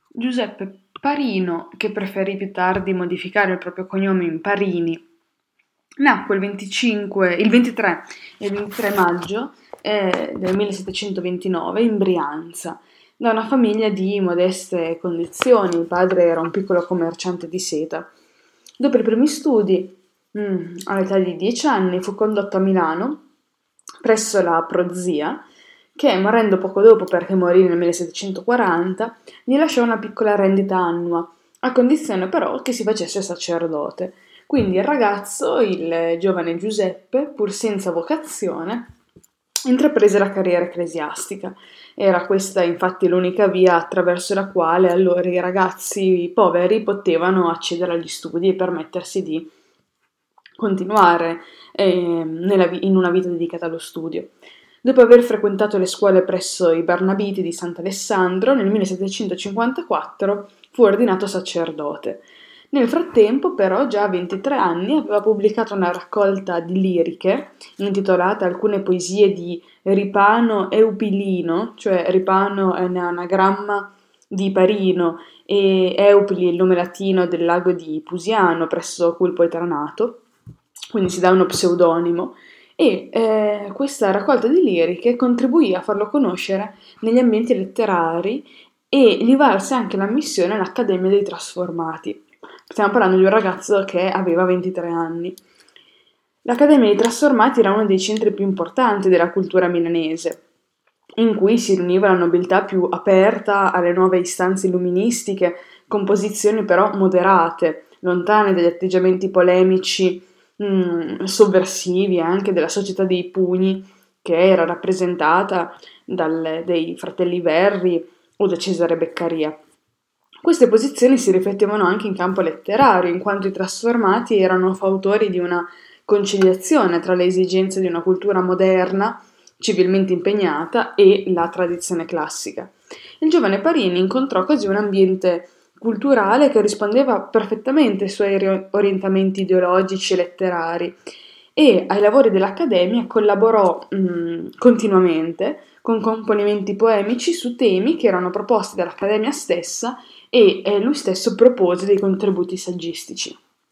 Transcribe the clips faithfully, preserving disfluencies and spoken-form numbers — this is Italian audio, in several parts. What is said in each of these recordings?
Giuseppe Parino, che preferì più tardi modificare il proprio cognome in Parini, nacque il venticinque, il ventitré e il ventitré maggio eh, del millesettecentoventinove in Brianza, da una famiglia di modeste condizioni. Il padre era un piccolo commerciante di seta. Dopo i primi studi, mm, all'età di dieci anni, fu condotto a Milano presso la prozia, che morendo poco dopo, perché morì nel millesettecentoquaranta, gli lasciò una piccola rendita annua, a condizione però che si facesse sacerdote. Quindi il ragazzo, il giovane Giuseppe, pur senza vocazione, intraprese la carriera ecclesiastica. Era questa infatti l'unica via attraverso la quale allora i ragazzi poveri potevano accedere agli studi e permettersi di continuare eh, nella, in una vita dedicata allo studio. Dopo aver frequentato le scuole presso i Barnabiti di Sant'Alessandro, nel millesettecentocinquantaquattro fu ordinato sacerdote. Nel frattempo, però, già a ventitré anni aveva pubblicato una raccolta di liriche intitolata Alcune poesie di Ripano Eupilino, cioè Ripano è un anagramma di Parino e Eupili è il nome latino del lago di Pusiano, presso cui il poeta era nato, quindi si dà uno pseudonimo, e eh, questa raccolta di liriche contribuì a farlo conoscere negli ambienti letterari e gli valse anche l'ammissione all'Accademia dei Trasformati. Stiamo parlando di un ragazzo che aveva ventitré anni. L'Accademia dei Trasformati era uno dei centri più importanti della cultura milanese, in cui si riuniva la nobiltà più aperta alle nuove istanze illuministiche, con posizioni però moderate, lontane dagli atteggiamenti polemici, mh, sovversivi anche della società dei pugni, che era rappresentata dal, dai fratelli Verri o da Cesare Beccaria. Queste posizioni si riflettevano anche in campo letterario, in quanto i trasformati erano fautori di una conciliazione tra le esigenze di una cultura moderna, civilmente impegnata, e la tradizione classica. Il giovane Parini incontrò così un ambiente culturale che rispondeva perfettamente ai suoi orientamenti ideologici e letterari, e ai lavori dell'Accademia collaborò mh, continuamente con componimenti poemici su temi che erano proposti dall'Accademia stessa e eh, lui stesso propose dei contributi saggistici.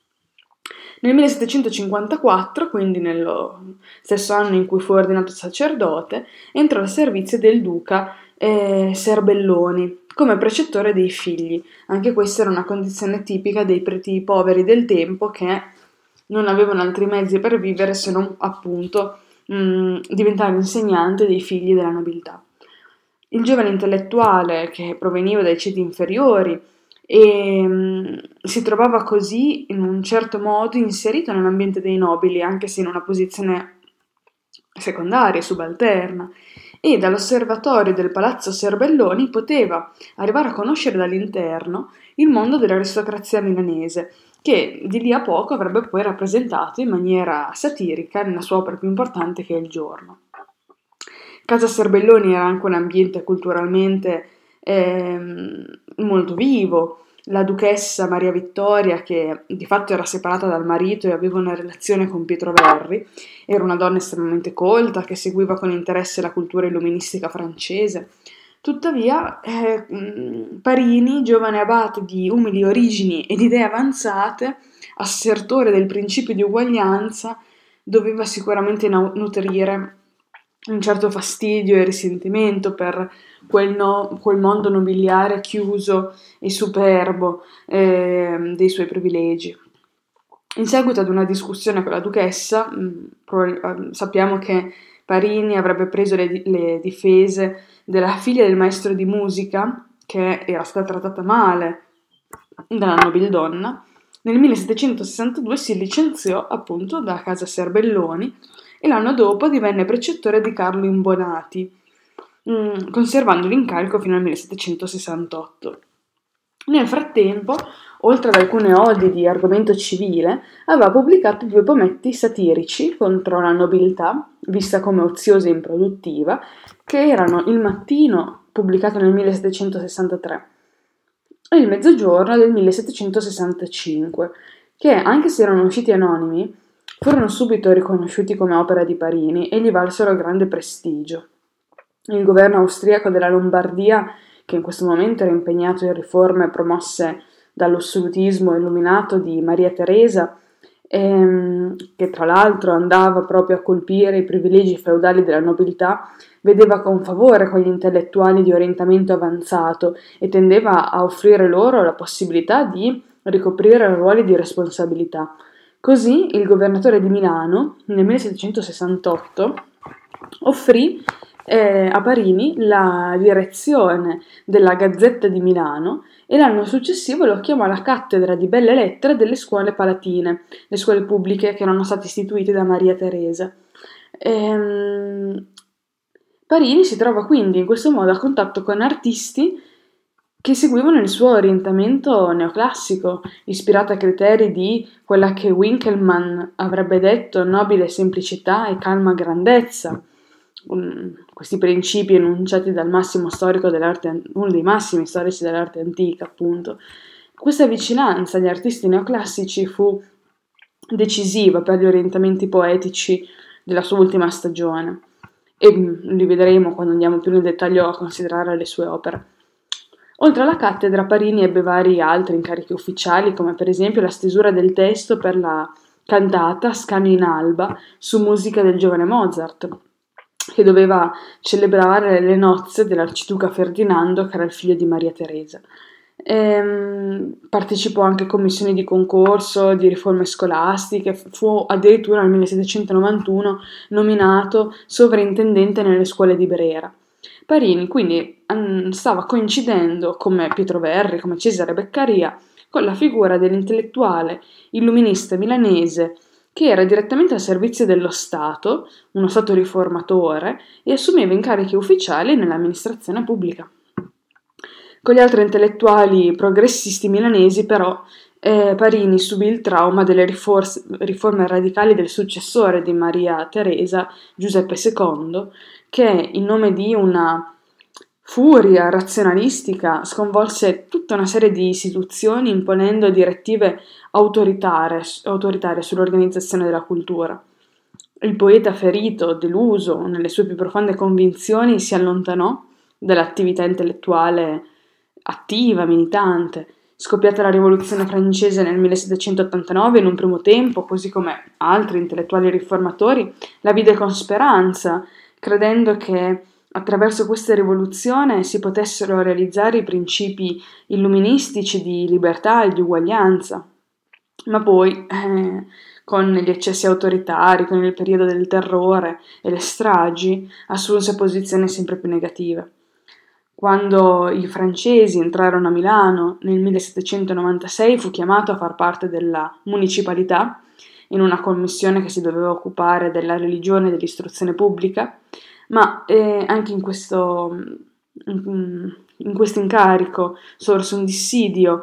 Nel millesettecentocinquantaquattro, quindi nello stesso anno in cui fu ordinato sacerdote, entrò al servizio del duca eh, Serbelloni come precettore dei figli. Anche questa era una condizione tipica dei preti poveri del tempo che non avevano altri mezzi per vivere se non appunto mh, diventare insegnante dei figli della nobiltà. Il giovane intellettuale, che proveniva dai ceti inferiori e mh, si trovava così in un certo modo inserito nell'ambiente dei nobili, anche se in una posizione secondaria, subalterna, e dall'osservatorio del palazzo Serbelloni poteva arrivare a conoscere dall'interno il mondo dell'aristocrazia milanese, che di lì a poco avrebbe poi rappresentato in maniera satirica nella sua opera più importante, che è Il Giorno. Casa Serbelloni era anche un ambiente culturalmente ehm, molto vivo. La duchessa Maria Vittoria, che di fatto era separata dal marito e aveva una relazione con Pietro Verri, era una donna estremamente colta che seguiva con interesse la cultura illuministica francese. Tuttavia, eh, Parini, giovane abate di umili origini ed idee avanzate, assertore del principio di uguaglianza, doveva sicuramente nutrire un certo fastidio e risentimento per quel, no, quel mondo nobiliare chiuso e superbo eh, dei suoi privilegi. In seguito ad una discussione con la duchessa, mh, sappiamo che Parini avrebbe preso le, le difese della figlia del maestro di musica, che era stata trattata male dalla nobildonna. Nel millesettecentosessantadue si licenziò appunto da casa Serbelloni e l'anno dopo divenne precettore di Carlo Imbonati, mh, conservando l'incarico fino al millesettecentosessantotto. Nel frattempo, oltre ad alcune odi di argomento civile, aveva pubblicato due poemetti satirici contro la nobiltà, vista come oziosa e improduttiva, che erano Il Mattino, pubblicato nel millesettecentosessantatré, e Il Mezzogiorno del millesettecentosessantacinque, che, anche se erano usciti anonimi, furono subito riconosciuti come opera di Parini e gli valsero grande prestigio. Il governo austriaco della Lombardia, che in questo momento era impegnato in riforme promosse dall'assolutismo illuminato di Maria Teresa, ehm, che tra l'altro andava proprio a colpire i privilegi feudali della nobiltà, vedeva con favore quegli intellettuali di orientamento avanzato e tendeva a offrire loro la possibilità di ricoprire ruoli di responsabilità. Così il governatore di Milano, nel millesettecentosessantotto, offrì eh, a Parini la direzione della Gazzetta di Milano e l'anno successivo lo chiamò alla cattedra di Belle Lettere delle scuole palatine, le scuole pubbliche che erano state istituite da Maria Teresa. Ehm, Parini si trova quindi in questo modo a contatto con artisti che seguivano il suo orientamento neoclassico, ispirato a criteri di quella che Winckelmann avrebbe detto nobile semplicità e calma grandezza. Um, questi principi enunciati dal massimo storico dell'arte, uno dei massimi storici dell'arte antica, appunto. Questa vicinanza agli artisti neoclassici fu decisiva per gli orientamenti poetici della sua ultima stagione e li vedremo quando andiamo più nel dettaglio a considerare le sue opere. Oltre alla cattedra, Parini ebbe vari altri incarichi ufficiali, come per esempio la stesura del testo per la cantata Scani in alba su musica del giovane Mozart, che doveva celebrare le nozze dell'arciduca Ferdinando, che era il figlio di Maria Teresa. Ehm, partecipò anche a commissioni di concorso, di riforme scolastiche, fu addirittura nel millesettecentonovantuno nominato sovrintendente nelle scuole di Brera. Parini quindi stava coincidendo, come Pietro Verri, come Cesare Beccaria, con la figura dell'intellettuale illuminista milanese che era direttamente al servizio dello Stato, uno Stato riformatore, e assumeva incarichi ufficiali nell'amministrazione pubblica. Con gli altri intellettuali progressisti milanesi, però, eh, Parini subì il trauma delle riforse, riforme radicali del successore di Maria Teresa, Giuseppe secondo, che in nome di una furia razionalistica sconvolse tutta una serie di istituzioni imponendo direttive autoritarie, autoritarie sull'organizzazione della cultura. Il poeta ferito, deluso nelle sue più profonde convinzioni, si allontanò dall'attività intellettuale attiva, militante. Scoppiata la rivoluzione francese nel millesettecentottantanove, in un primo tempo, così come altri intellettuali riformatori, la vide con speranza, credendo che attraverso questa rivoluzione si potessero realizzare i principi illuministici di libertà e di uguaglianza. Ma poi, eh, con gli eccessi autoritari, con il periodo del terrore e le stragi, assunse posizioni sempre più negative. Quando i francesi entrarono a Milano nel millesettecentonovantasei, fu chiamato a far parte della municipalità, in una commissione che si doveva occupare della religione e dell'istruzione pubblica, ma eh, anche in questo, in, in questo incarico sorse un dissidio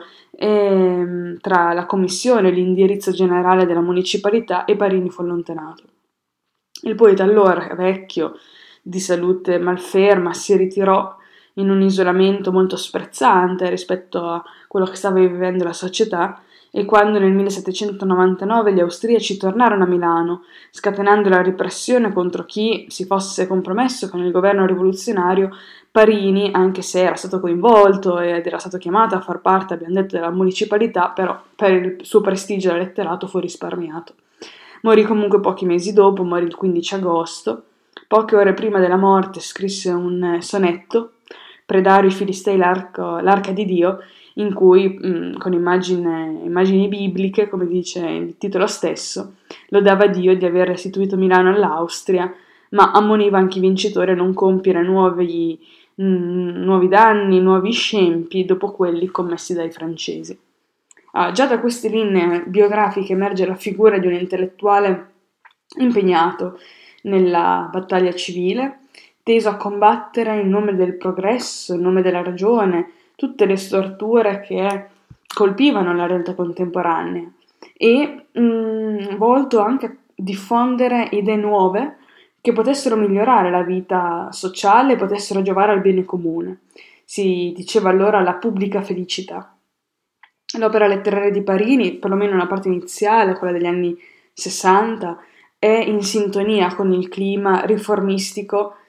eh, tra la commissione e l'indirizzo generale della municipalità e Parini fu allontanato. Il poeta, allora vecchio, di salute malferma, si ritirò in un isolamento molto sprezzante rispetto a quello che stava vivendo la società, e quando nel millesettecentonovantanove gli austriaci tornarono a Milano, scatenando la repressione contro chi si fosse compromesso con il governo rivoluzionario, Parini, anche se era stato coinvolto ed era stato chiamato a far parte, abbiamo detto, della municipalità, però per il suo prestigio da letterato fu risparmiato. Morì comunque pochi mesi dopo, morì il quindici agosto. Poche ore prima della morte scrisse un sonetto, Predario i Filistei l'arca, l'arca di Dio, in cui, mh, con immagine, immagini bibliche, come dice il titolo stesso, lodava Dio di aver restituito Milano all'Austria, ma ammoniva anche i vincitori a non compiere nuovi, mh, nuovi danni, nuovi scempi dopo quelli commessi dai francesi. Ah, già da queste linee biografiche emerge la figura di un intellettuale impegnato nella battaglia civile, teso a combattere in nome del progresso, in nome della ragione, tutte le storture che colpivano la realtà contemporanea e mh, volto anche a diffondere idee nuove che potessero migliorare la vita sociale e potessero giovare al bene comune. Si diceva allora la pubblica felicità. L'opera letteraria di Parini, perlomeno la parte iniziale, quella degli anni sessanta, è in sintonia con il clima riformistico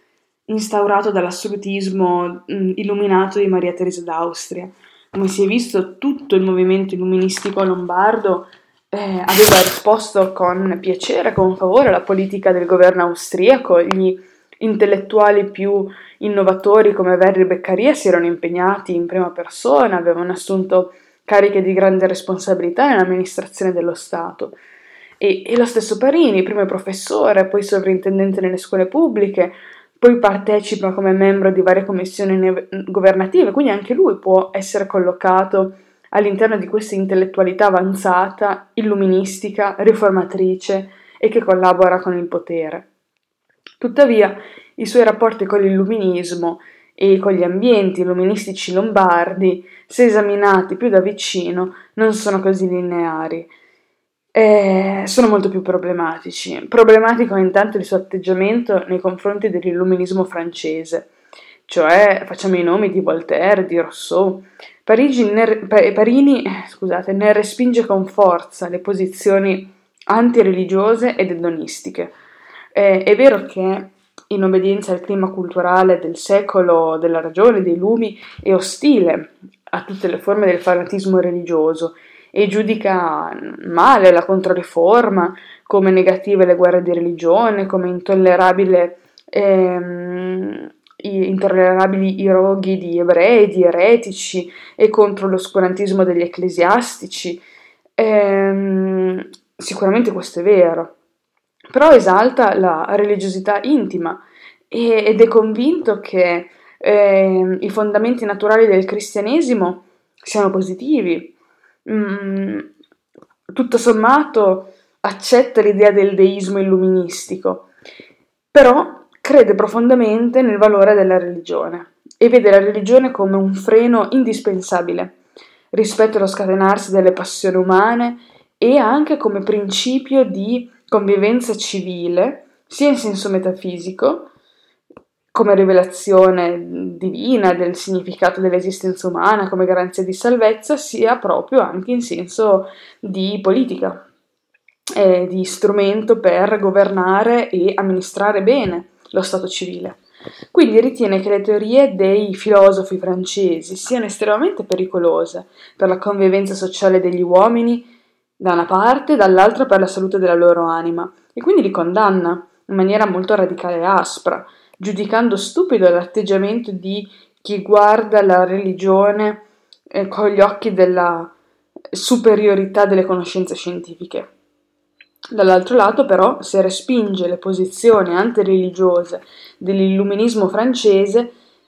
instaurato dall'assolutismo mh, illuminato di Maria Teresa d'Austria. Come si è visto, tutto il movimento illuministico lombardo eh, aveva risposto con piacere, con favore alla politica del governo austriaco. Gli intellettuali più innovatori come Verri e Beccaria si erano impegnati in prima persona, avevano assunto cariche di grande responsabilità nell'amministrazione dello Stato. E, e lo stesso Parini, prima professore, poi sovrintendente nelle scuole pubbliche, poi partecipa come membro di varie commissioni ne- governative, quindi anche lui può essere collocato all'interno di questa intellettualità avanzata, illuministica, riformatrice e che collabora con il potere. Tuttavia, i suoi rapporti con l'illuminismo e con gli ambienti illuministici lombardi, se esaminati più da vicino, non sono così lineari. Eh, sono molto più problematici. Problematico è intanto il suo atteggiamento nei confronti dell'illuminismo francese, cioè facciamo i nomi di Voltaire, di Rousseau. Parigi ne, Pa- Parini eh, scusate, ne respinge con forza le posizioni antireligiose ed edonistiche. Eh, è vero che, in obbedienza al clima culturale del secolo della ragione, dei lumi, è ostile a tutte le forme del fanatismo religioso e giudica male la Controriforma, come negative le guerre di religione, come intollerabile, ehm, i- intollerabili i roghi di ebrei, di eretici e contro l'oscurantismo degli ecclesiastici. Ehm, sicuramente questo è vero, però esalta la religiosità intima e- ed è convinto che ehm, i fondamenti naturali del cristianesimo siano positivi. Mm, tutto sommato accetta l'idea del deismo illuministico, però crede profondamente nel valore della religione e vede la religione come un freno indispensabile rispetto allo scatenarsi delle passioni umane e anche come principio di convivenza civile, sia in senso metafisico, come rivelazione divina del significato dell'esistenza umana, come garanzia di salvezza, sia proprio anche in senso di politica, eh, di strumento per governare e amministrare bene lo Stato civile. Quindi ritiene che le teorie dei filosofi francesi siano estremamente pericolose per la convivenza sociale degli uomini da una parte, dall'altra per la salute della loro anima, e quindi li condanna in maniera molto radicale e aspra, giudicando stupido l'atteggiamento di chi guarda la religione eh, con gli occhi della superiorità delle conoscenze scientifiche. Dall'altro lato, però, se respinge le posizioni antireligiose dell'illuminismo francese,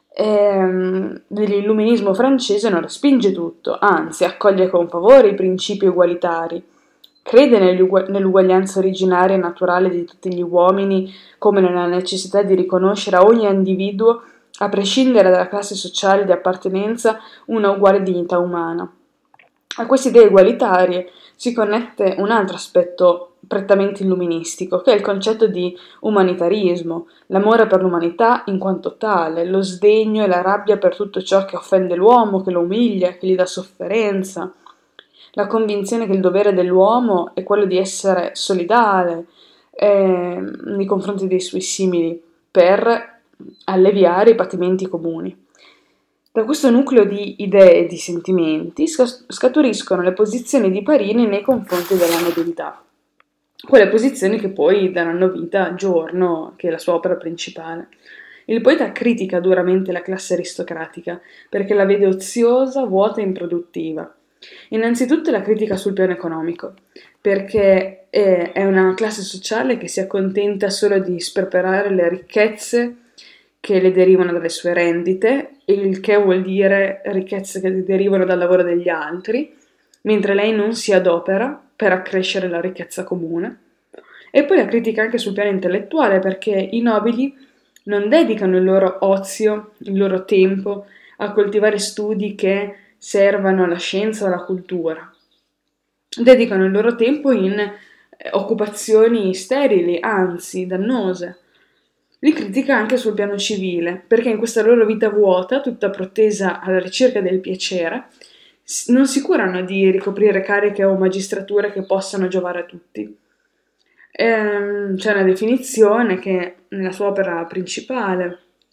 ehm, dell'illuminismo francese non respinge tutto, anzi accoglie con favore i principi ugualitari, crede nell'uguaglianza originaria e naturale di tutti gli uomini, come nella necessità di riconoscere a ogni individuo, a prescindere dalla classe sociale di appartenenza, una uguale dignità umana. A queste idee egualitarie si connette un altro aspetto prettamente illuministico, che è il concetto di umanitarismo, l'amore per l'umanità in quanto tale, lo sdegno e la rabbia per tutto ciò che offende l'uomo, che lo umilia, che gli dà sofferenza, la convinzione che il dovere dell'uomo è quello di essere solidale eh, nei confronti dei suoi simili per alleviare i patimenti comuni. Da questo nucleo di idee e di sentimenti scaturiscono le posizioni di Parini nei confronti della nobiltà, quelle posizioni che poi daranno vita a Giorno, che è la sua opera principale. Il poeta critica duramente la classe aristocratica perché la vede oziosa, vuota e improduttiva. Innanzitutto la critica sul piano economico, perché è, è una classe sociale che si accontenta solo di sperperare le ricchezze che le derivano dalle sue rendite, il che vuol dire ricchezze che derivano dal lavoro degli altri, mentre lei non si adopera per accrescere la ricchezza comune. E poi la critica anche sul piano intellettuale, perché i nobili non dedicano il loro ozio, il loro tempo a coltivare studi che servano alla scienza o alla cultura. Dedicano il loro tempo in eh, occupazioni sterili, anzi dannose. Li critica anche sul piano civile, perché in questa loro vita vuota, tutta protesa alla ricerca del piacere, non si curano di ricoprire cariche o magistrature che possano giovare a tutti. Ehm, c'è una definizione che nella sua opera principale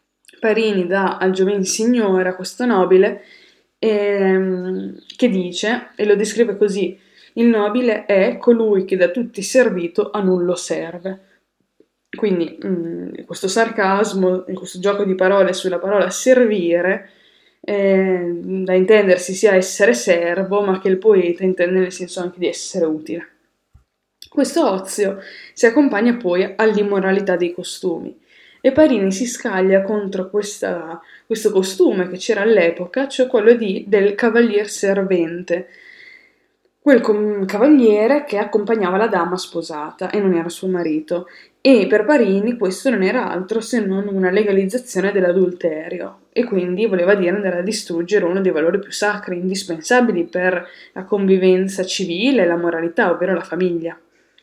Parini dà al gioven signore, a questo nobile, ehm, che dice, e lo descrive così: il nobile è colui che da tutti servito a nullo serve. Quindi mh, questo sarcasmo, questo gioco di parole sulla parola servire, eh, da intendersi sia essere servo, ma che il poeta intende nel senso anche di essere utile. Questo ozio si accompagna poi all'immoralità dei costumi e Parini si scaglia contro questa, questo costume che c'era all'epoca, cioè quello di, del cavalier servente, quel com- cavaliere che accompagnava la dama sposata e non era suo marito. E per Parini questo non era altro se non una legalizzazione dell'adulterio e quindi voleva dire andare a distruggere uno dei valori più sacri, indispensabili per la convivenza civile e la moralità, ovvero la famiglia.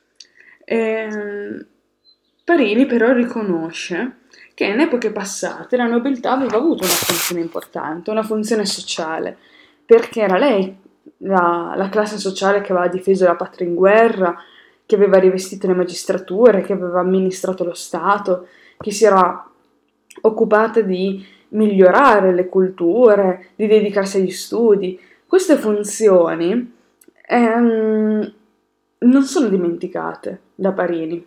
Ehm, Parini però riconosce che in epoche passate la nobiltà aveva avuto una funzione importante, una funzione sociale, perché era lei la, la classe sociale che aveva difeso la patria in guerra, che aveva rivestito le magistrature, che aveva amministrato lo Stato, che si era occupata di migliorare le culture, di dedicarsi agli studi. Queste funzioni ehm, non sono dimenticate da Parini.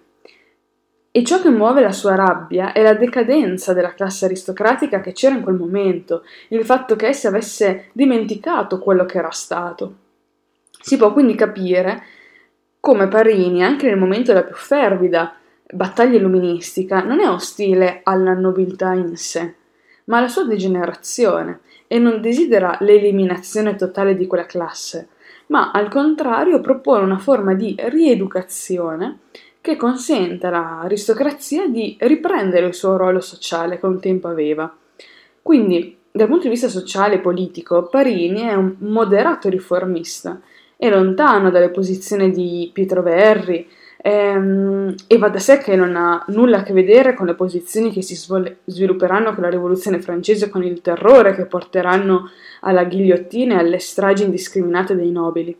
E ciò che muove la sua rabbia è la decadenza della classe aristocratica che c'era in quel momento, il fatto che essa avesse dimenticato quello che era stato. Si può quindi capire come Parini, anche nel momento della più fervida battaglia illuministica, non è ostile alla nobiltà in sé, ma alla sua degenerazione, e non desidera l'eliminazione totale di quella classe, ma al contrario propone una forma di rieducazione che consente all'aristocrazia di riprendere il suo ruolo sociale che un tempo aveva. Quindi, dal punto di vista sociale e politico, Parini è un moderato riformista, è lontano dalle posizioni di Pietro Verri ehm, e va da sé che non ha nulla a che vedere con le posizioni che si svol- svilupperanno con la rivoluzione francese, con il terrore che porteranno alla ghigliottina e alle stragi indiscriminate dei nobili.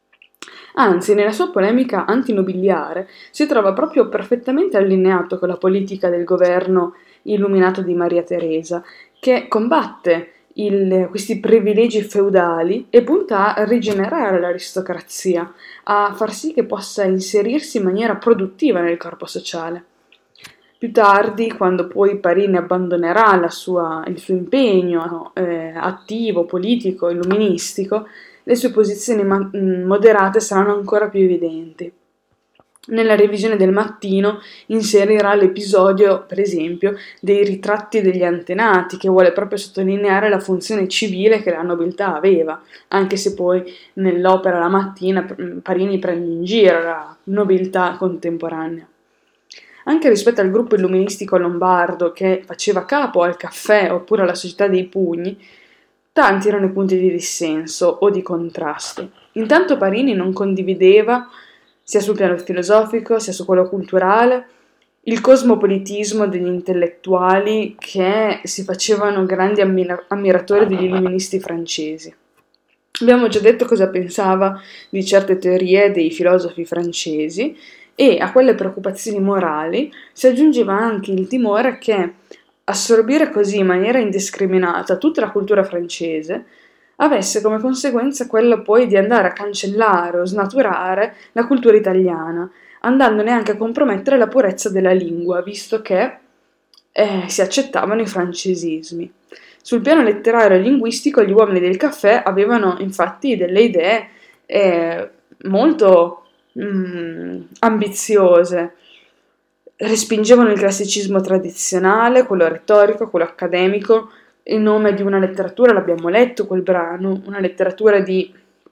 Anzi, nella sua polemica antinobiliare si trova proprio perfettamente allineato con la politica del governo illuminato di Maria Teresa, che combatte il, questi privilegi feudali e punta a rigenerare l'aristocrazia, a far sì che possa inserirsi in maniera produttiva nel corpo sociale. Più tardi, quando poi Parini abbandonerà la sua, il suo impegno eh, attivo, politico, illuministico, le sue posizioni ma- moderate saranno ancora più evidenti. Nella revisione del Mattino inserirà l'episodio, per esempio, dei ritratti degli antenati, che vuole proprio sottolineare la funzione civile che la nobiltà aveva, anche se poi nell'opera La Mattina Parini prende in giro la nobiltà contemporanea. Anche rispetto al gruppo illuministico lombardo che faceva capo al caffè oppure alla società dei pugni, tanti erano i punti di dissenso o di contrasto. Intanto Parini non condivideva, sia sul piano filosofico sia su quello culturale, il cosmopolitismo degli intellettuali che si facevano grandi ammira- ammiratori degli illuministi francesi. Abbiamo già detto cosa pensava di certe teorie dei filosofi francesi e a quelle preoccupazioni morali si aggiungeva anche il timore che assorbire così in maniera indiscriminata tutta la cultura francese avesse come conseguenza quello poi di andare a cancellare o snaturare la cultura italiana, andandone anche a compromettere la purezza della lingua, visto che eh, si accettavano i francesismi. Sul piano letterario e linguistico gli uomini del caffè avevano infatti delle idee eh, molto mm, ambiziose, respingevano il classicismo tradizionale, quello retorico, quello accademico, in nome di una letteratura, l'abbiamo letto quel brano, una letteratura di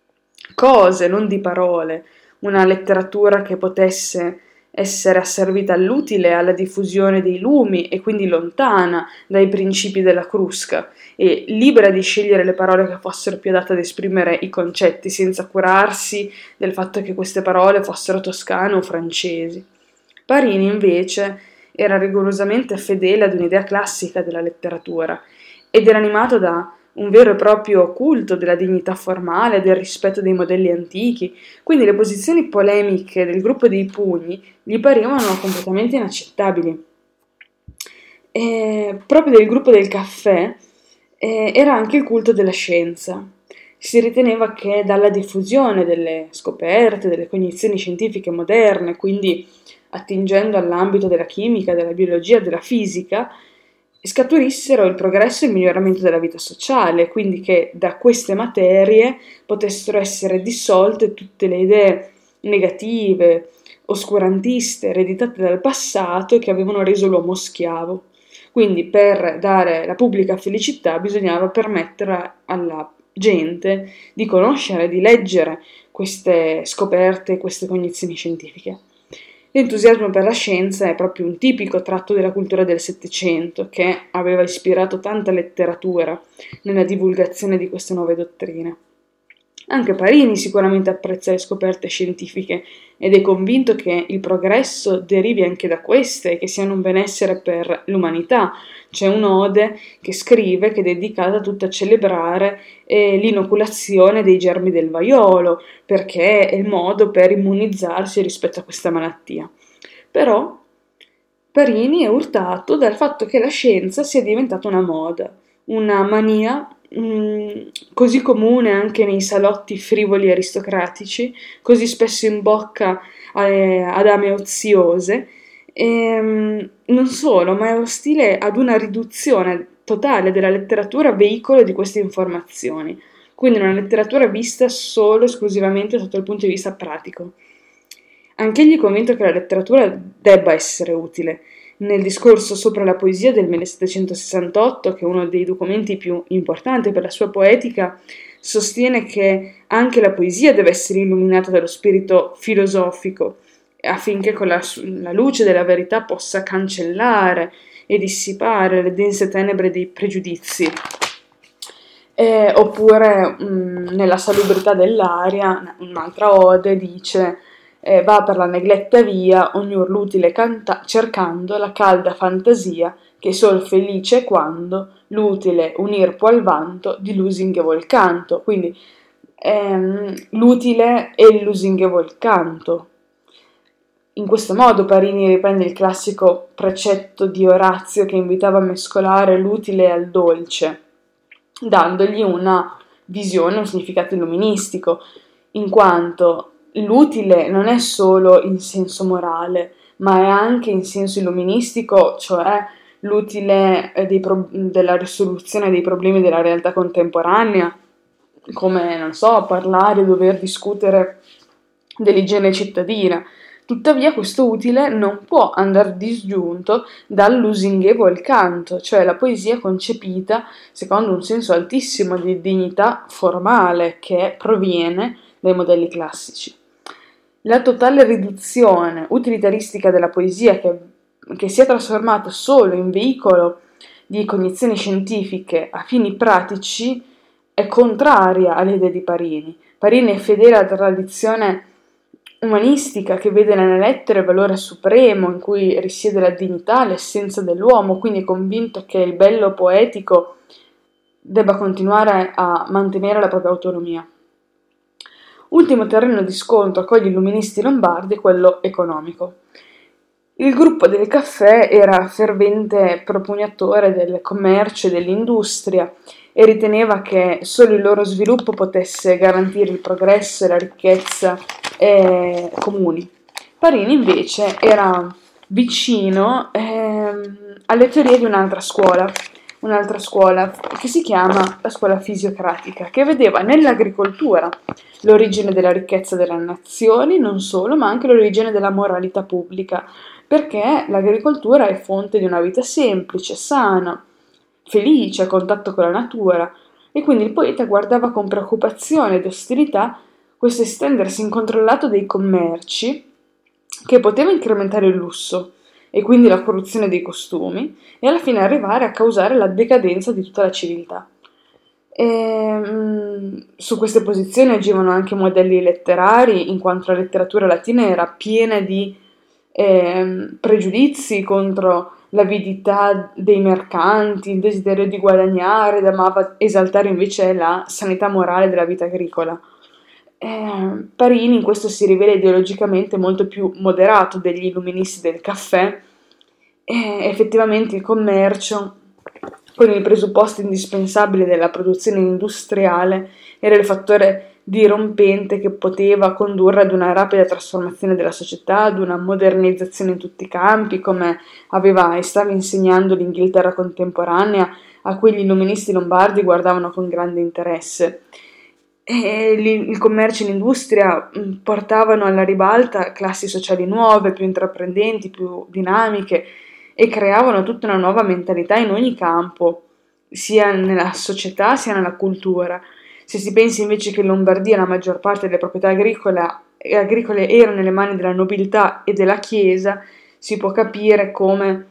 cose, non di parole, una letteratura che potesse essere asservita all'utile, alla diffusione dei lumi e quindi lontana dai principi della crusca e libera di scegliere le parole che fossero più adatte ad esprimere i concetti senza curarsi del fatto che queste parole fossero toscane o francesi. Parini invece era rigorosamente fedele ad un'idea classica della letteratura ed era animato da un vero e proprio culto della dignità formale, del rispetto dei modelli antichi, quindi le posizioni polemiche del gruppo dei Pugni gli parevano completamente inaccettabili. eh, proprio del gruppo del caffè eh, era anche il culto della scienza. Si riteneva che dalla diffusione delle scoperte, delle cognizioni scientifiche moderne, quindi attingendo all'ambito della chimica, della biologia, della fisica, scaturissero il progresso e il miglioramento della vita sociale, quindi che da queste materie potessero essere dissolte tutte le idee negative, oscurantiste, ereditate dal passato che avevano reso l'uomo schiavo. Quindi per dare la pubblica felicità bisognava permettere alla gente di conoscere, di leggere queste scoperte, queste cognizioni scientifiche. L'entusiasmo per la scienza è proprio un tipico tratto della cultura del Settecento che aveva ispirato tanta letteratura nella divulgazione di queste nuove dottrine. Anche Parini sicuramente apprezza le scoperte scientifiche ed è convinto che il progresso derivi anche da queste e che siano un benessere per l'umanità. C'è un'ode che scrive che è dedicata tutta a celebrare eh, l'inoculazione dei germi del vaiolo, perché è il modo per immunizzarsi rispetto a questa malattia. Però Parini è urtato dal fatto che la scienza sia diventata una moda, una mania mh, così comune anche nei salotti frivoli aristocratici, così spesso in bocca eh, a dame oziose. E, mh, non solo, ma è ostile ad una riduzione totale della letteratura veicolo di queste informazioni, quindi una letteratura vista solo esclusivamente sotto il punto di vista pratico. Anch'egli è convinto che la letteratura debba essere utile. Nel discorso sopra la poesia del millesettecentosessantotto, che è uno dei documenti più importanti per la sua poetica, sostiene che anche la poesia deve essere illuminata dallo spirito filosofico, affinché con la, la luce della verità possa cancellare e dissipare le dense tenebre dei pregiudizi. Eh, oppure mh, nella salubrità dell'aria, un'altra ode dice eh, va per la negletta via, ognur l'utile canta- cercando la calda fantasia che sol felice quando l'utile unir può al vanto di lusinghevol canto. Quindi ehm, l'utile è il lusinghevol canto. In questo modo Parini riprende il classico precetto di Orazio che invitava a mescolare l'utile al dolce, dandogli una visione, un significato illuministico, in quanto l'utile non è solo in senso morale, ma è anche in senso illuministico, cioè l'utile dei pro- della risoluzione dei problemi della realtà contemporanea, come, non so, parlare, dover discutere dell'igiene cittadina. Tuttavia questo utile non può andare disgiunto dal lusinghevol canto, cioè la poesia concepita secondo un senso altissimo di dignità formale che proviene dai modelli classici. La totale riduzione utilitaristica della poesia che, che si è trasformata solo in veicolo di cognizioni scientifiche a fini pratici è contraria alle idee di Parini. Parini è fedele alla tradizione umanistica che vede nelle lettere il valore supremo in cui risiede la dignità, l'essenza dell'uomo, quindi è convinto che il bello poetico debba continuare a mantenere la propria autonomia. Ultimo terreno di scontro con gli illuministi lombardi è quello economico. Il gruppo del caffè era fervente propugnatore del commercio e dell'industria e riteneva che solo il loro sviluppo potesse garantire il progresso e la ricchezza eh, comuni. Parini invece era vicino ehm, alle teorie di un'altra scuola, un'altra scuola che si chiama la scuola fisiocratica, che vedeva nell'agricoltura l'origine della ricchezza delle nazioni, non solo, ma anche l'origine della moralità pubblica, perché l'agricoltura è fonte di una vita semplice, sana, felice, a contatto con la natura, e quindi il poeta guardava con preoccupazione ed ostilità questo estendersi incontrollato dei commerci che poteva incrementare il lusso e quindi la corruzione dei costumi e alla fine arrivare a causare la decadenza di tutta la civiltà. E, mh, su queste posizioni agivano anche modelli letterari, in quanto la letteratura latina era piena di eh, pregiudizi contro l'avidità dei mercanti, il desiderio di guadagnare ed amava esaltare invece la sanità morale della vita agricola. Eh, Parini in questo si rivela ideologicamente molto più moderato degli illuministi del caffè E effettivamente il commercio, con i presupposti indispensabili della produzione industriale, era il fattore dirompente che poteva condurre ad una rapida trasformazione della società, ad una modernizzazione in tutti i campi, come aveva e stava insegnando l'Inghilterra contemporanea, a cui gli illuministi lombardi guardavano con grande interesse. E il commercio e l'industria portavano alla ribalta classi sociali nuove, più intraprendenti, più dinamiche, e creavano tutta una nuova mentalità in ogni campo, sia nella società sia nella cultura. Se si pensa invece che in Lombardia la maggior parte delle proprietà agricole, agricole erano nelle mani della nobiltà e della Chiesa, si può capire come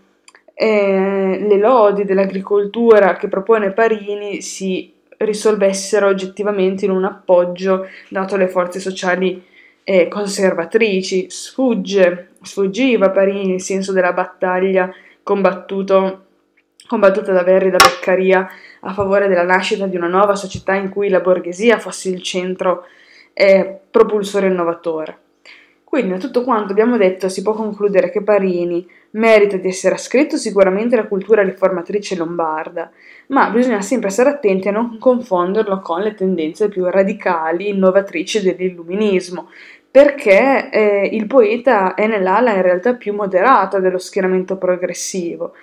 eh, le lodi dell'agricoltura che propone Parini si risolvessero oggettivamente in un appoggio dato alle forze sociali eh, conservatrici. Sfugge, sfuggiva Parini il senso della battaglia combattuto, combattuta da Verri e da Beccaria a favore della nascita di una nuova società in cui la borghesia fosse il centro eh, propulsore innovatore. Quindi, da tutto quanto abbiamo detto, si può concludere che Parini merita di essere ascritto sicuramente alla cultura riformatrice lombarda, ma bisogna sempre stare attenti a non confonderlo con le tendenze più radicali, innovatrici dell'illuminismo, perché eh, il poeta è nell'ala in realtà più moderata dello schieramento progressivo,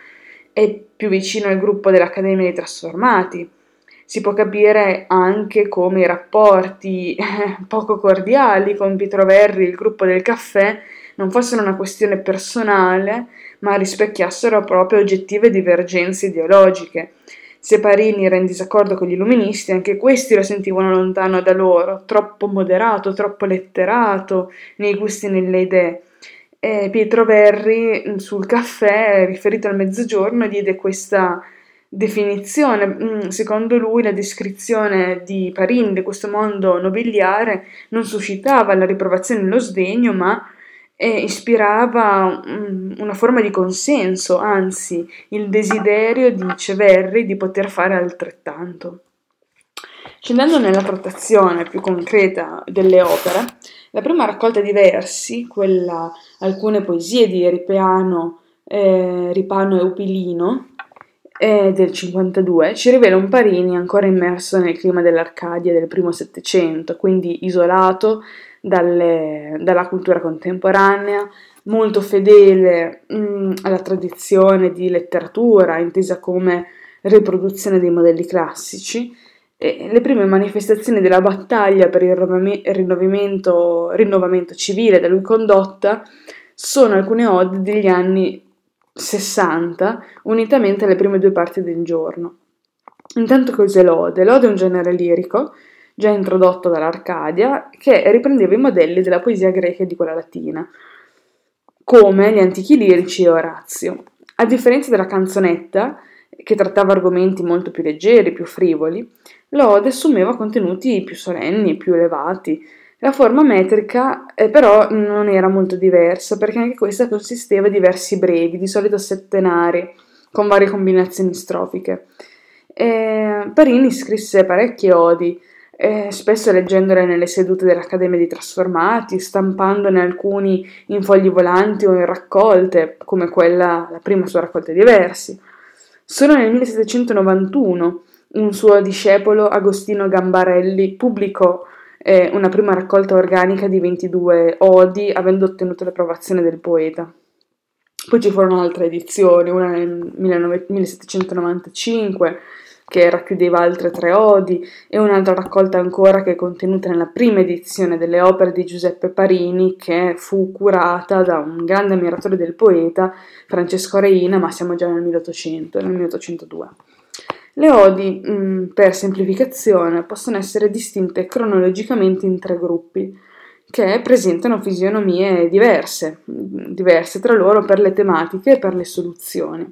è più vicino al gruppo dell'Accademia dei Trasformati. Si può capire anche come i rapporti eh, poco cordiali con Pietro Verri, il gruppo del caffè, non fossero una questione personale, ma rispecchiassero proprio oggettive divergenze ideologiche. Se Parini era in disaccordo con gli illuministi, anche questi lo sentivano lontano da loro, troppo moderato, troppo letterato nei gusti e nelle idee. E Pietro Verri sul caffè, riferito al mezzogiorno, diede questa definizione. Secondo lui la descrizione di Parini di questo mondo nobiliare non suscitava la riprovazione e lo sdegno, ma eh, ispirava um, una forma di consenso, anzi il desiderio, dice Verri, di poter fare altrettanto. Scendendo nella trattazione più concreta delle opere, la prima raccolta di versi, quella Alcune poesie di Ripeano, eh, Ripano e Upilino, eh, del cinquantadue, ci rivela un Parini ancora immerso nel clima dell'Arcadia del primo Settecento, quindi isolato dalle, dalla cultura contemporanea, molto fedele mh, alla tradizione di letteratura, intesa come riproduzione dei modelli classici. E le prime manifestazioni della battaglia per il rinnovamento, rinnovamento civile da lui condotta sono alcune ode degli anni sessanta, unitamente alle prime due parti del giorno. Intanto cos'è l'ode? L'ode è un genere lirico, già introdotto dall'Arcadia, che riprendeva i modelli della poesia greca e di quella latina, come gli antichi lirici e Orazio. A differenza della canzonetta, che trattava argomenti molto più leggeri, più frivoli, l'ode assumeva contenuti più solenni, più elevati. La forma metrica eh, però non era molto diversa, perché anche questa consisteva di versi brevi, di solito settenari, con varie combinazioni strofiche. E Parini scrisse parecchie odi, eh, spesso leggendole nelle sedute dell'Accademia dei Trasformati, stampandone alcuni in fogli volanti o in raccolte, come quella, la prima sua raccolta di versi. Solo nel millesettecentonovantuno un suo discepolo, Agostino Gambarelli, pubblicò eh, una prima raccolta organica di ventidue odi, avendo ottenuto l'approvazione del poeta. Poi ci furono altre edizioni, una nel millesettecentonovantacinque, che racchiudeva altre tre odi, e un'altra raccolta ancora che è contenuta nella prima edizione delle opere di Giuseppe Parini, che fu curata da un grande ammiratore del poeta, Francesco Reina, ma siamo già nel milleottocento, nel milleottocentodue. Le odi, mh, per semplificazione, possono essere distinte cronologicamente in tre gruppi, che presentano fisionomie diverse, diverse tra loro per le tematiche e per le soluzioni.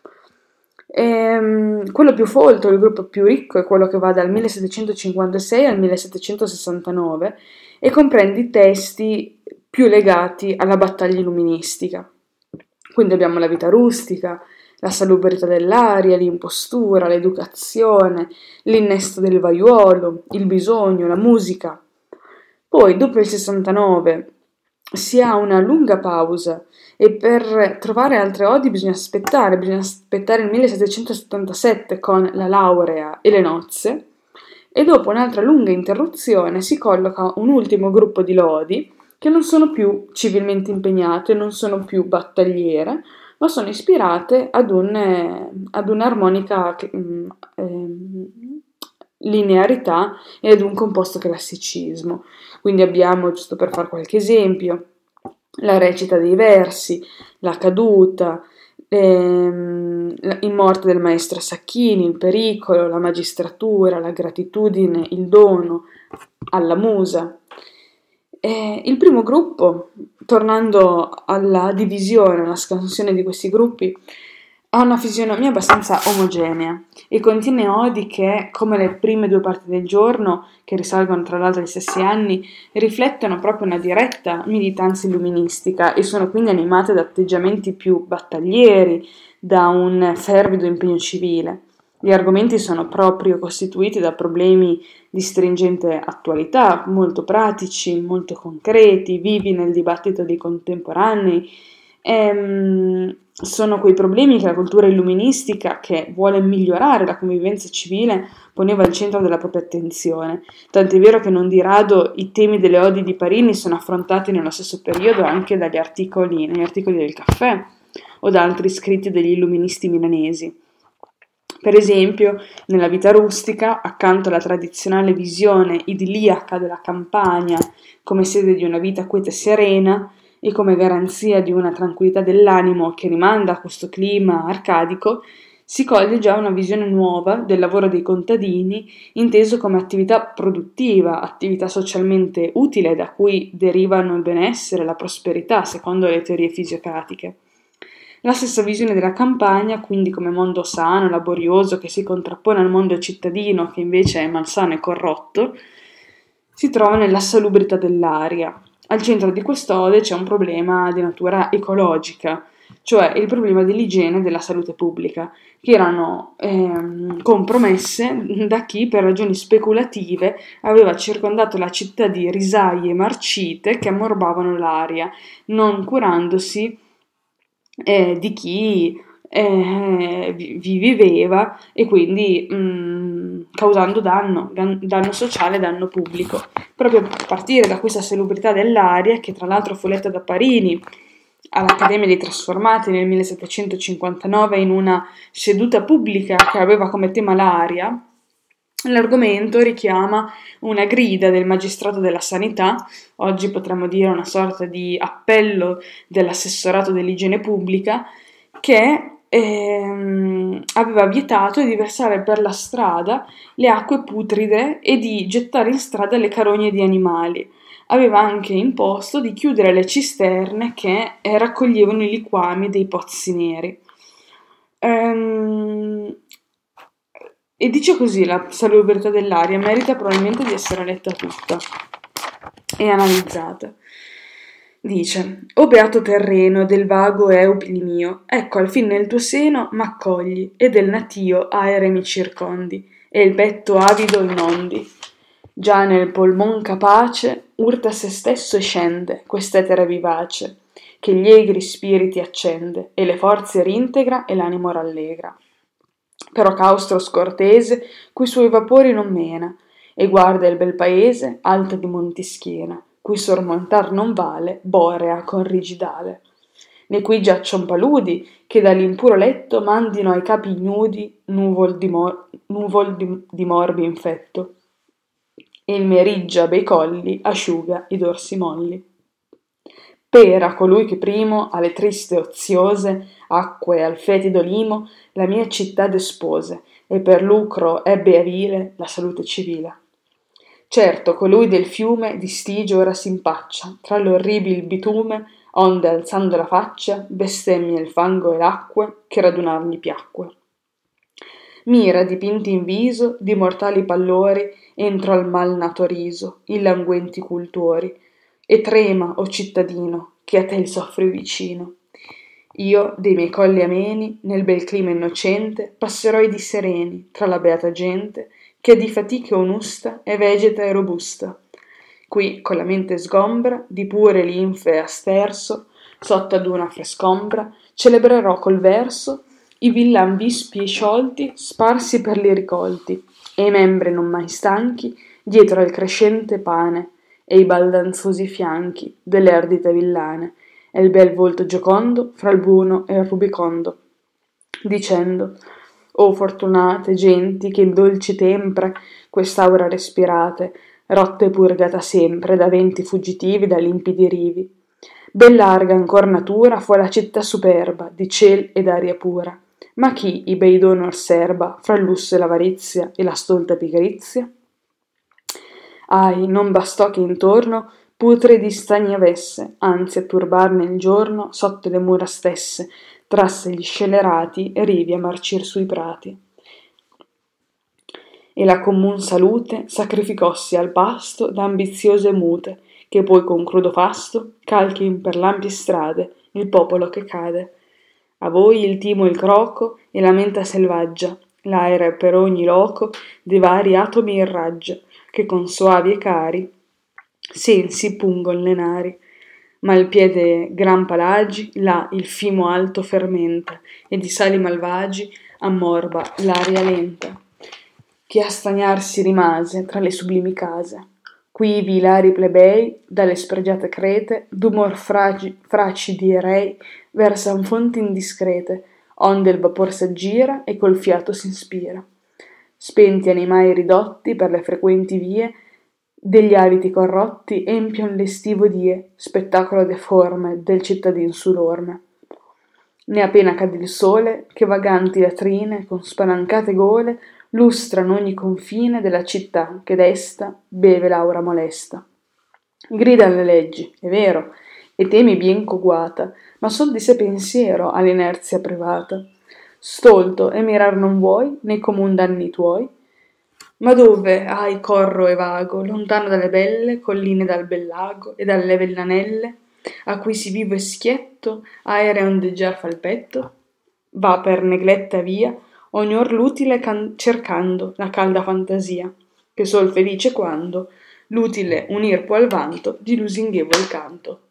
E, quello più folto, il gruppo più ricco, è quello che va dal millesettecentocinquantasei al millesettecentosessantanove e comprende i testi più legati alla battaglia illuministica. Quindi abbiamo la vita rustica, la salubrità dell'aria, l'impostura, l'educazione, l'innesto del vaiuolo, il bisogno, la musica. Poi, dopo il sessantanove, si ha una lunga pausa e per trovare altre odi bisogna aspettare, bisogna aspettare il millesettecentosettantasette con la laurea e le nozze, e dopo un'altra lunga interruzione si colloca un ultimo gruppo di lodi che non sono più civilmente impegnate, non sono più battagliere, ma sono ispirate ad, un, eh, ad un'armonica eh, linearità e ad un composto classicismo. Quindi abbiamo, giusto per fare qualche esempio, la recita dei versi, la caduta, ehm, il morte del maestro Sacchini, il pericolo, la magistratura, la gratitudine, il dono alla musa. E il primo gruppo, tornando alla divisione, alla scansione di questi gruppi, ha una fisionomia abbastanza omogenea e contiene odi che, come le prime due parti del giorno, che risalgono tra l'altro agli stessi anni, riflettono proprio una diretta militanza illuministica e sono quindi animate da atteggiamenti più battaglieri, da un fervido impegno civile. Gli argomenti sono proprio costituiti da problemi di stringente attualità, molto pratici, molto concreti, vivi nel dibattito dei contemporanei. Ehm, sono quei problemi che la cultura illuministica, che vuole migliorare la convivenza civile, poneva al centro della propria attenzione. Tant'è vero che non di rado i temi delle odi di Parini sono affrontati nello stesso periodo anche dagli articoli, negli articoli del Caffè o da altri scritti degli illuministi milanesi. Per esempio, nella vita rustica, accanto alla tradizionale visione idilliaca della campagna come sede di una vita quieta e serena e come garanzia di una tranquillità dell'animo che rimanda a questo clima arcadico, si coglie già una visione nuova del lavoro dei contadini, inteso come attività produttiva, attività socialmente utile da cui derivano il benessere e la prosperità, secondo le teorie fisiocratiche. La stessa visione della campagna, quindi come mondo sano, laborioso, che si contrappone al mondo cittadino, che invece è malsano e corrotto, si trova nella salubrità dell'aria. Al centro di quest'ode c'è un problema di natura ecologica, cioè il problema dell'igiene e della salute pubblica, che erano ehm, compromesse da chi per ragioni speculative aveva circondato la città di risaie marcite che ammorbavano l'aria, non curandosi eh, di chi eh, vi viveva e quindi mh, causando danno, danno sociale, danno pubblico. Proprio a partire da questa salubrità dell'aria, che tra l'altro fu letta da Parini all'Accademia dei Trasformati nel millesettecentocinquantanove in una seduta pubblica che aveva come tema l'aria, l'argomento richiama una grida del magistrato della sanità, oggi potremmo dire una sorta di appello dell'assessorato dell'igiene pubblica, che ehm, aveva vietato di versare per la strada le acque putride e di gettare in strada le carogne di animali. Aveva anche imposto di chiudere le cisterne che eh, raccoglievano i liquami dei pozzi neri. Ehm, e dice così: la salubrità dell'aria merita probabilmente di essere letta tutta e analizzata. Dice: O beato terreno del vago eupili mio, ecco al fin nel tuo seno m'accogli, e del natio aere mi circondi, e il petto avido inondi. Già nel polmon capace urta se stesso e scende quest'etere vivace, che gli egri spiriti accende, e le forze rintegra e l'animo rallegra. Però caustro scortese, cui suoi vapori non mena, e guarda il bel paese, alta di monti schiena, cui sormontar non vale, borea con rigidale. Ne qui giaccion paludi, che dall'impuro letto mandino ai capi ignudi nuvol di, mor- nuvol di, di morbi infetto, e il meriggia bei colli asciuga i dorsi molli. Pera colui che primo alle triste oziose acque al fetido limo la mia città despose, e per lucro ebbe a vile la salute civile. Certo, colui del fiume di stigio ora s'impaccia, tra l'orribil bitume, onde alzando la faccia, bestemmia il fango e l'acque, che radunar gli piacque. Mira, dipinti in viso, di mortali pallori, entro al mal nato riso, i languenti cultori, e trema, o cittadino, che a te il soffri vicino. Io, dei miei colli ameni, nel bel clima innocente, passerò i dì sereni, tra la beata gente, che di fatiche onusta è vegeta e robusta, Qui, con la mente sgombra, di pure linfe asterso, sotto ad una frescombra, celebrerò col verso i villan vispi e sciolti, sparsi per li ricolti, e i membri non mai stanchi, dietro al crescente pane, e i baldanzosi fianchi delle ardite villane, e il bel volto giocondo fra il buono e il rubicondo, dicendo: o fortunate genti che in dolci tempra quest'aura respirate, rotta e purgata sempre da venti fuggitivi da limpidi rivi. Ben larga ancor natura fu la città superba di ciel ed aria pura, ma chi i bei doni osserba fra il lusso e l'avarizia e la stolta pigrizia? Ahi, non bastò che intorno putridi stagni avesse, anzi a turbarne il giorno sotto le mura stesse, trasse gli scelerati rivi a marcir sui prati. E la commun salute sacrificossi al pasto da ambiziose mute, che poi con crudo fasto calchin per l'ampie strade il popolo che cade. A voi il timo e il croco e la menta selvaggia, l'aere per ogni loco dei vari atomi irraggia, che con soavi e cari sensi pungon le nari. Ma il piede gran palagi, là il fimo alto fermenta, e di sali malvagi ammorba l'aria lenta. Chi a stagnarsi rimase tra le sublimi case. Quivi i lari plebei, dalle spregiate crete, d'umor fragi, fracidi e rei, versan fonti indiscrete, onde il vapor s'aggira e col fiato s'inspira. Spenti animai ridotti per le frequenti vie, degli aliti corrotti empion l'estivo die, spettacolo deforme del cittadin sulorme. Ne appena cade il sole, che vaganti latrine con spalancate gole lustrano ogni confine della città che desta beve l'aura molesta. Gridan le leggi, è vero, e temi bien coguata, ma sol di sé pensiero all'inerzia privata. Stolto e mirar non vuoi nei comun danni tuoi? Ma dove, ahi, corro e vago, lontano dalle belle colline dal bel lago e dalle villanelle, a cui si vivo e schietto, aereo ondeggiar fa il petto? Va per negletta via, ognor l'utile can- cercando la calda fantasia, che sol felice quando l'utile unir può al vanto di lusinghevol canto.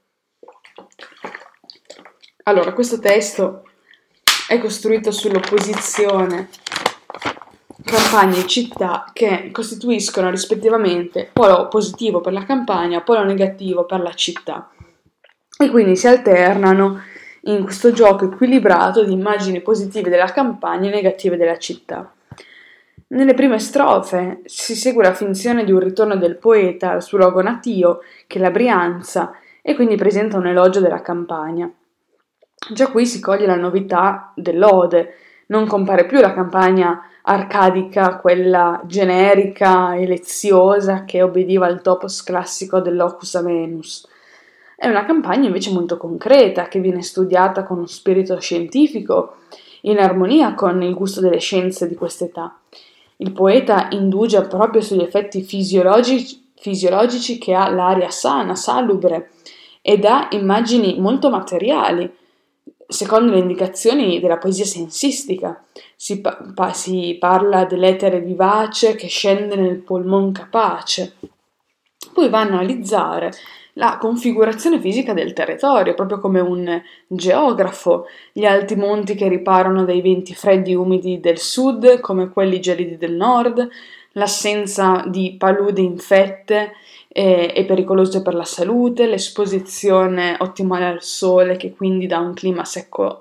Allora, questo testo è costruito sull'opposizione campagne e città che costituiscono rispettivamente polo positivo per la campagna, polo negativo per la città, e quindi si alternano in questo gioco equilibrato di immagini positive della campagna e negative della città. Nelle prime strofe si segue la finzione di un ritorno del poeta al suo luogo natio, che è la Brianza, e quindi presenta un elogio della campagna. Già qui si coglie la novità dell'ode, non compare più la campagna arcadica, quella generica e leziosa che obbediva al topos classico dell'Ocus Amenus. È una campagna invece molto concreta, che viene studiata con uno spirito scientifico, in armonia con il gusto delle scienze di quest'età. Il poeta indugia proprio sugli effetti fisiologici, fisiologici che ha l'aria sana, salubre, e dà immagini molto materiali, secondo le indicazioni della poesia sensistica. Si, pa- pa- si parla dell'etere vivace che scende nel polmon capace. Poi va a analizzare la configurazione fisica del territorio, proprio come un geografo, gli alti monti che riparano dai venti freddi e umidi del sud, come quelli gelidi del nord, l'assenza di paludi infette e, e pericolose per la salute, l'esposizione ottimale al sole che quindi dà un clima secco,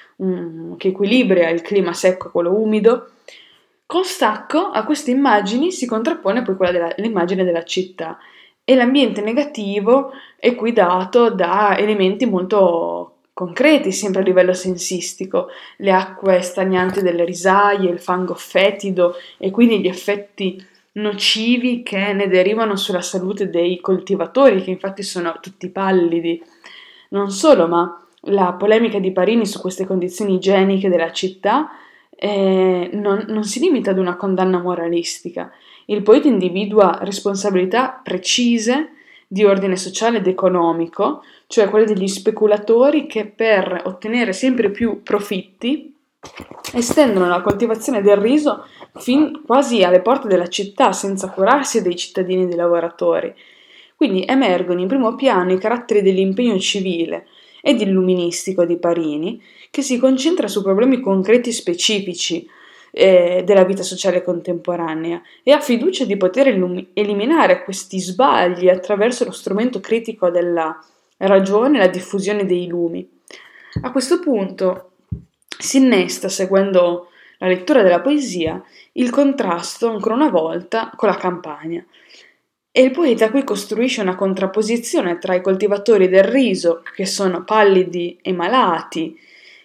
um, che equilibra il clima secco e quello umido. Con stacco a queste immagini si contrappone poi quella della, l'immagine della città, e l'ambiente negativo è qui dato da elementi molto concreti, sempre a livello sensistico, le acque stagnanti delle risaie, il fango fetido e quindi gli effetti nocivi che ne derivano sulla salute dei coltivatori, che infatti sono tutti pallidi. Non solo, ma la polemica di Parini su queste condizioni igieniche della città eh, non, non si limita ad una condanna moralistica. Il poeta individua responsabilità precise di ordine sociale ed economico, cioè quelle degli speculatori che per ottenere sempre più profitti estendono la coltivazione del riso fin quasi alle porte della città, senza curarsi dei cittadini e dei lavoratori. Quindi emergono in primo piano i caratteri dell'impegno civile ed illuministico di Parini, che si concentra su problemi concreti e specifici eh, della vita sociale contemporanea e ha fiducia di poter illumi- eliminare questi sbagli attraverso lo strumento critico della ragione e la diffusione dei lumi. A questo punto si innesta, seguendo la lettura della poesia, il contrasto ancora una volta con la campagna. E il poeta qui costruisce una contrapposizione tra i coltivatori del riso, che sono pallidi e malati,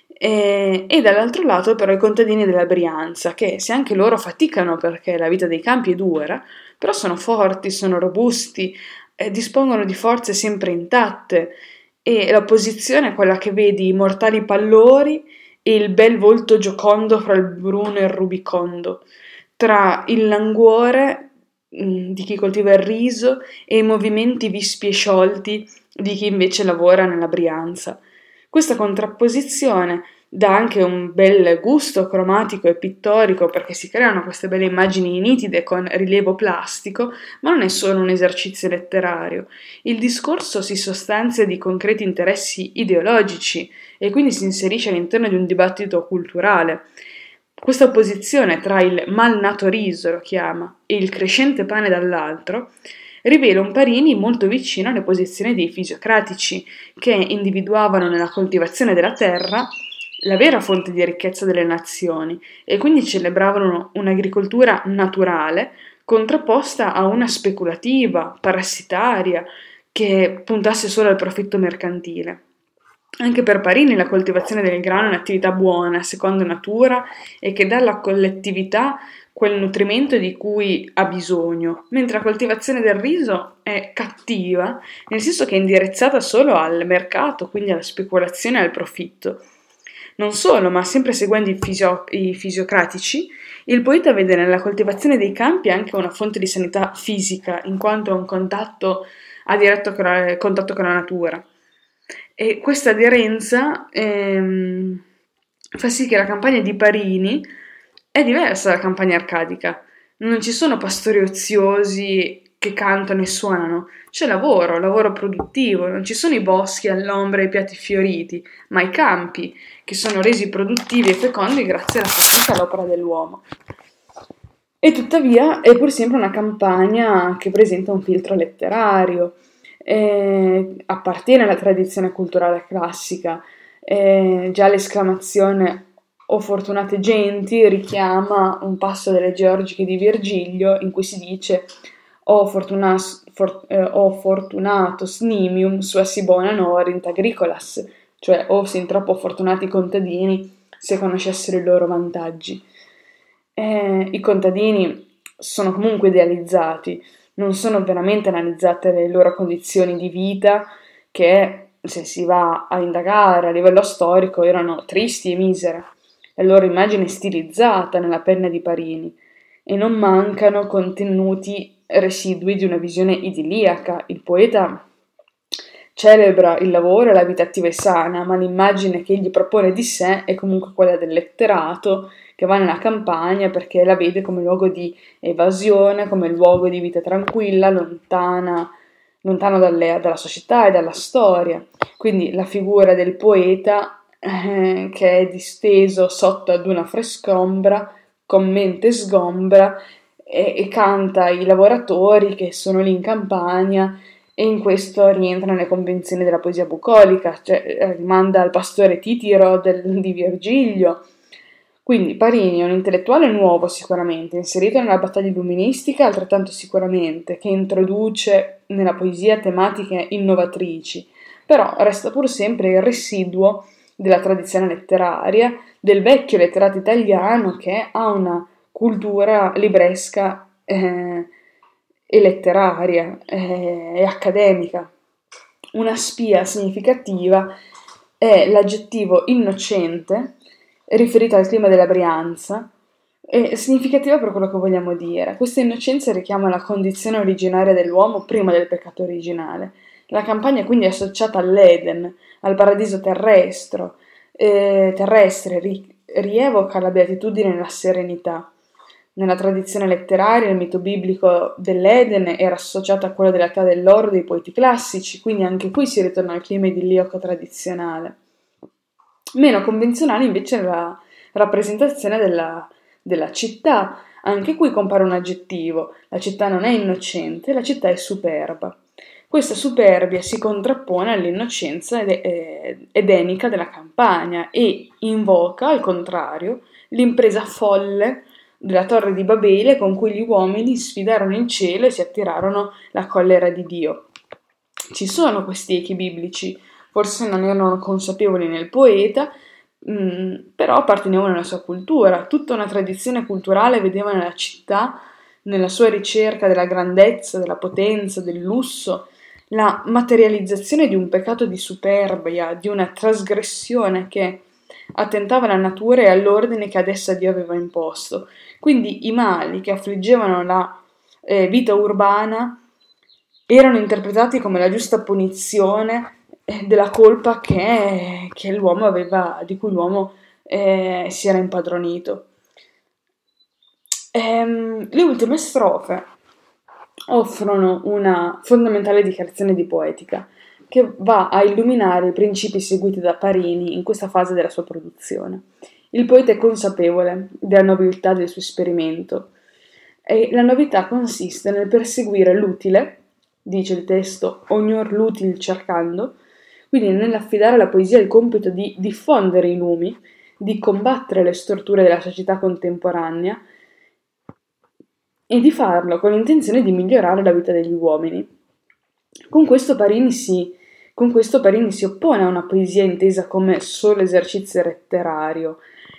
e, e dall'altro lato però i contadini della Brianza, che se anche loro faticano perché la vita dei campi è dura, però sono forti, sono robusti, eh, dispongono di forze sempre intatte, e l'opposizione è quella che vedi i mortali pallori e il bel volto giocondo fra il bruno e il rubicondo, tra il languore mh, di chi coltiva il riso e i movimenti vispi e sciolti di chi invece lavora nella Brianza. Questa contrapposizione dà anche un bel gusto cromatico e pittorico perché si creano queste belle immagini nitide con rilievo plastico, ma non è solo un esercizio letterario. Il discorso si sostanzia di concreti interessi ideologici e quindi si inserisce all'interno di un dibattito culturale. Questa opposizione tra il malnato riso, lo chiama, e il crescente pane dall'altro, rivela un Parini molto vicino alle posizioni dei fisiocratici, che individuavano nella coltivazione della terra la vera fonte di ricchezza delle nazioni e quindi celebravano un'agricoltura naturale contrapposta a una speculativa, parassitaria, che puntasse solo al profitto mercantile. Anche per Parini la coltivazione del grano è un'attività buona, secondo natura, e che dà alla collettività quel nutrimento di cui ha bisogno, mentre la coltivazione del riso è cattiva, nel senso che è indirizzata solo al mercato, quindi alla speculazione e al profitto. Non solo, ma sempre seguendo i, fisio- i fisiocratici, il poeta vede nella coltivazione dei campi anche una fonte di sanità fisica, in quanto ha un contatto, ha diretto con la, contatto con la natura. E questa aderenza ehm, fa sì che la campagna di Parini è diversa dalla campagna arcadica. Non ci sono pastori oziosi che cantano e suonano, c'è lavoro, lavoro produttivo, non ci sono i boschi all'ombra e i piatti fioriti, ma i campi, che sono resi produttivi e fecondi grazie alla fatica all'opera dell'uomo. E tuttavia è pur sempre una campagna che presenta un filtro letterario, eh, appartiene alla tradizione culturale classica, eh, già l'esclamazione "O fortunate genti" richiama un passo delle Georgiche di Virgilio in cui si dice "O, fortunas, for, eh, o fortunatos nimium sua si bona norint agricolas", cioè o sin troppo fortunati contadini se conoscessero i loro vantaggi. Eh, I contadini sono comunque idealizzati, non sono veramente analizzate le loro condizioni di vita che, se si va a indagare a livello storico, erano tristi e misere. La loro immagine è stilizzata nella penna di Parini e non mancano contenuti residui di una visione idilliaca. Il poeta celebra il lavoro e la vita attiva e sana, ma l'immagine che egli propone di sé è comunque quella del letterato che va nella campagna perché la vede come luogo di evasione, come luogo di vita tranquilla, lontana, lontano dalle, dalla società e dalla storia. Quindi la figura del poeta eh, che è disteso sotto ad una frescombra, con mente sgombra, e, e canta i lavoratori che sono lì in campagna, e in questo rientrano le convenzioni della poesia bucolica, cioè rimanda al pastore Titiro del, di Virgilio. Quindi Parini è un intellettuale nuovo sicuramente, inserito nella battaglia illuministica altrettanto sicuramente, che introduce nella poesia tematiche innovatrici, però resta pur sempre il residuo della tradizione letteraria, del vecchio letterato italiano che ha una cultura libresca eh, e letteraria eh, e accademica. Una spia significativa è l'aggettivo innocente, riferito al clima della Brianza, è significativa per quello che vogliamo dire. Questa innocenza richiama la condizione originaria dell'uomo prima del peccato originale. La campagna quindi è associata all'Eden, al paradiso terrestre, eh, terrestre ri- rievoca la beatitudine e la serenità. Nella tradizione letteraria il mito biblico dell'Eden era associato a quello dell'età dell'oro dei poeti classici, quindi anche qui si ritorna al clima idilliaco tradizionale. Meno convenzionale invece è la rappresentazione della, della città. Anche qui compare un aggettivo: la città non è innocente, la città è superba. Questa superbia si contrappone all'innocenza ed- edenica della campagna e invoca, al contrario, l'impresa folle della torre di Babele con cui gli uomini sfidarono il cielo e si attirarono la collera di Dio. Ci sono questi echi biblici, forse non erano consapevoli nel poeta, mh, però appartenevano alla sua cultura. Tutta una tradizione culturale vedeva nella città, nella sua ricerca della grandezza, della potenza, del lusso, la materializzazione di un peccato di superbia, di una trasgressione che attentava alla natura e all'ordine che ad essa Dio aveva imposto. Quindi i mali che affliggevano la eh, vita urbana erano interpretati come la giusta punizione eh, della colpa che, che l'uomo aveva, di cui l'uomo eh, si era impadronito. Ehm, le ultime strofe offrono una fondamentale dichiarazione di poetica che va a illuminare i principi seguiti da Parini in questa fase della sua produzione. Il poeta è consapevole della nobiltà del suo esperimento e la novità consiste nel perseguire l'utile, dice il testo, ognor l'util cercando, quindi nell'affidare alla poesia il compito di diffondere i lumi, di combattere le storture della società contemporanea e di farlo con l'intenzione di migliorare la vita degli uomini. Con questo Parini si, con questo Parini si oppone a una poesia intesa come solo esercizio letterario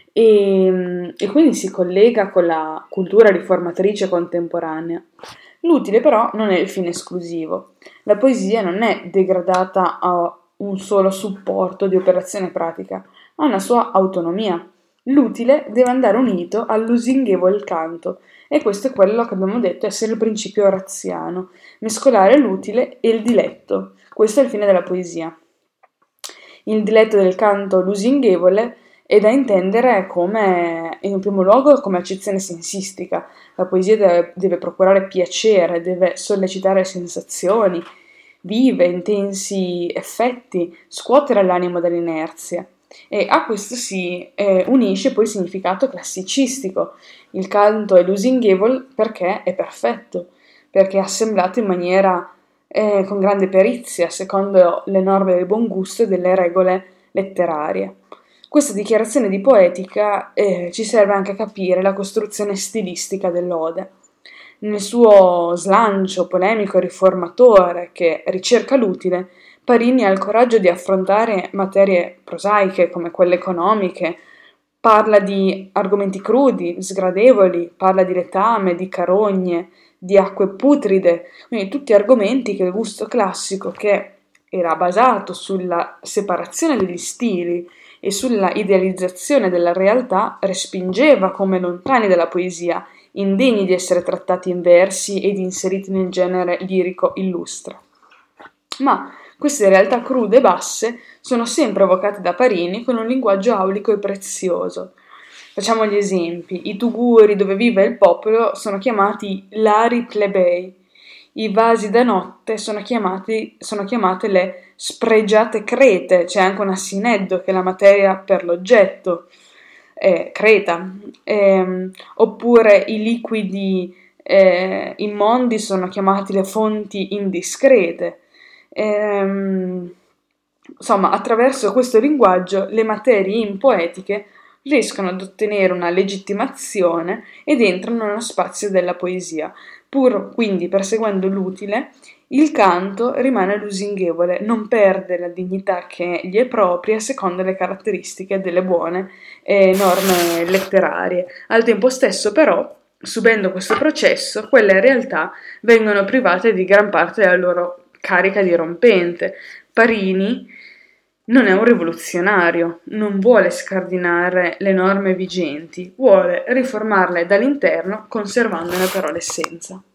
e, e quindi si collega con la cultura riformatrice contemporanea. L'utile però non è il fine esclusivo. La poesia non è degradata a un solo supporto di operazione pratica, ha una sua autonomia. L'utile deve andare unito al lusinghevole canto, e questo è quello che abbiamo detto essere il principio oraziano, mescolare l'utile e il diletto. Questo è il fine della poesia. Il diletto del canto lusinghevole è da intendere come, in un primo luogo, come accezione sensistica. La poesia deve, deve procurare piacere, deve sollecitare sensazioni vive, intensi effetti, scuotere l'animo dall'inerzia. E a questo si eh, unisce poi il significato classicistico. Il canto è lusinghevole perché è perfetto, perché è assemblato in maniera eh, con grande perizia, secondo le norme del buon gusto e delle regole letterarie. Questa dichiarazione di poetica eh, ci serve anche a capire la costruzione stilistica dell'ode. Nel suo slancio polemico e riformatore che ricerca l'utile, Parini ha il coraggio di affrontare materie prosaiche come quelle economiche, parla di argomenti crudi, sgradevoli, parla di letame, di carogne, di acque putride, quindi tutti argomenti che il gusto classico, che era basato sulla separazione degli stili e sulla idealizzazione della realtà, respingeva come lontani dalla poesia, indegni di essere trattati in versi ed inseriti nel genere lirico illustre. Ma queste realtà crude e basse sono sempre evocate da Parini con un linguaggio aulico e prezioso. Facciamo gli esempi. I tuguri dove vive il popolo sono chiamati lari plebei. I vasi da notte sono, chiamati, sono chiamate le spregiate crete. C'è anche una sineddo che è la materia per l'oggetto, eh, creta. Eh, oppure i liquidi eh, immondi sono chiamati le fonti indiscrete. Ehm, insomma, attraverso questo linguaggio le materie impoetiche riescono ad ottenere una legittimazione ed entrano nello spazio della poesia. Pur quindi perseguendo l'utile, il canto rimane lusinghevole, non perde la dignità che gli è propria secondo le caratteristiche delle buone eh, norme letterarie. Al tempo stesso, però, subendo questo processo, quelle realtà vengono private di gran parte della loro carica dirompente. Parini non è un rivoluzionario, non vuole scardinare le norme vigenti, vuole riformarle dall'interno conservandone però l'essenza.